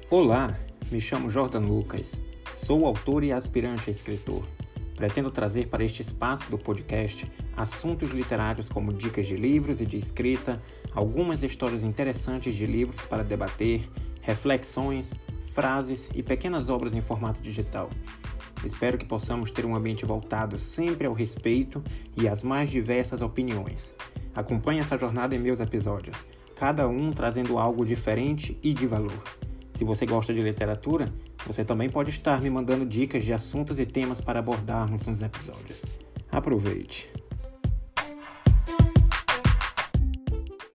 Olá, me chamo Jordan Lucas, sou autor e aspirante a escritor. Pretendo trazer para este espaço do podcast assuntos literários como dicas de livros e de escrita, algumas histórias interessantes de livros para debater, reflexões, frases e pequenas obras em formato digital. Espero que possamos ter um ambiente voltado sempre ao respeito e às mais diversas opiniões. Acompanhe essa jornada em meus episódios, cada um trazendo algo diferente e de valor. Se você gosta de literatura, você também pode estar me mandando dicas de assuntos e temas para abordarmos nos episódios. Aproveite!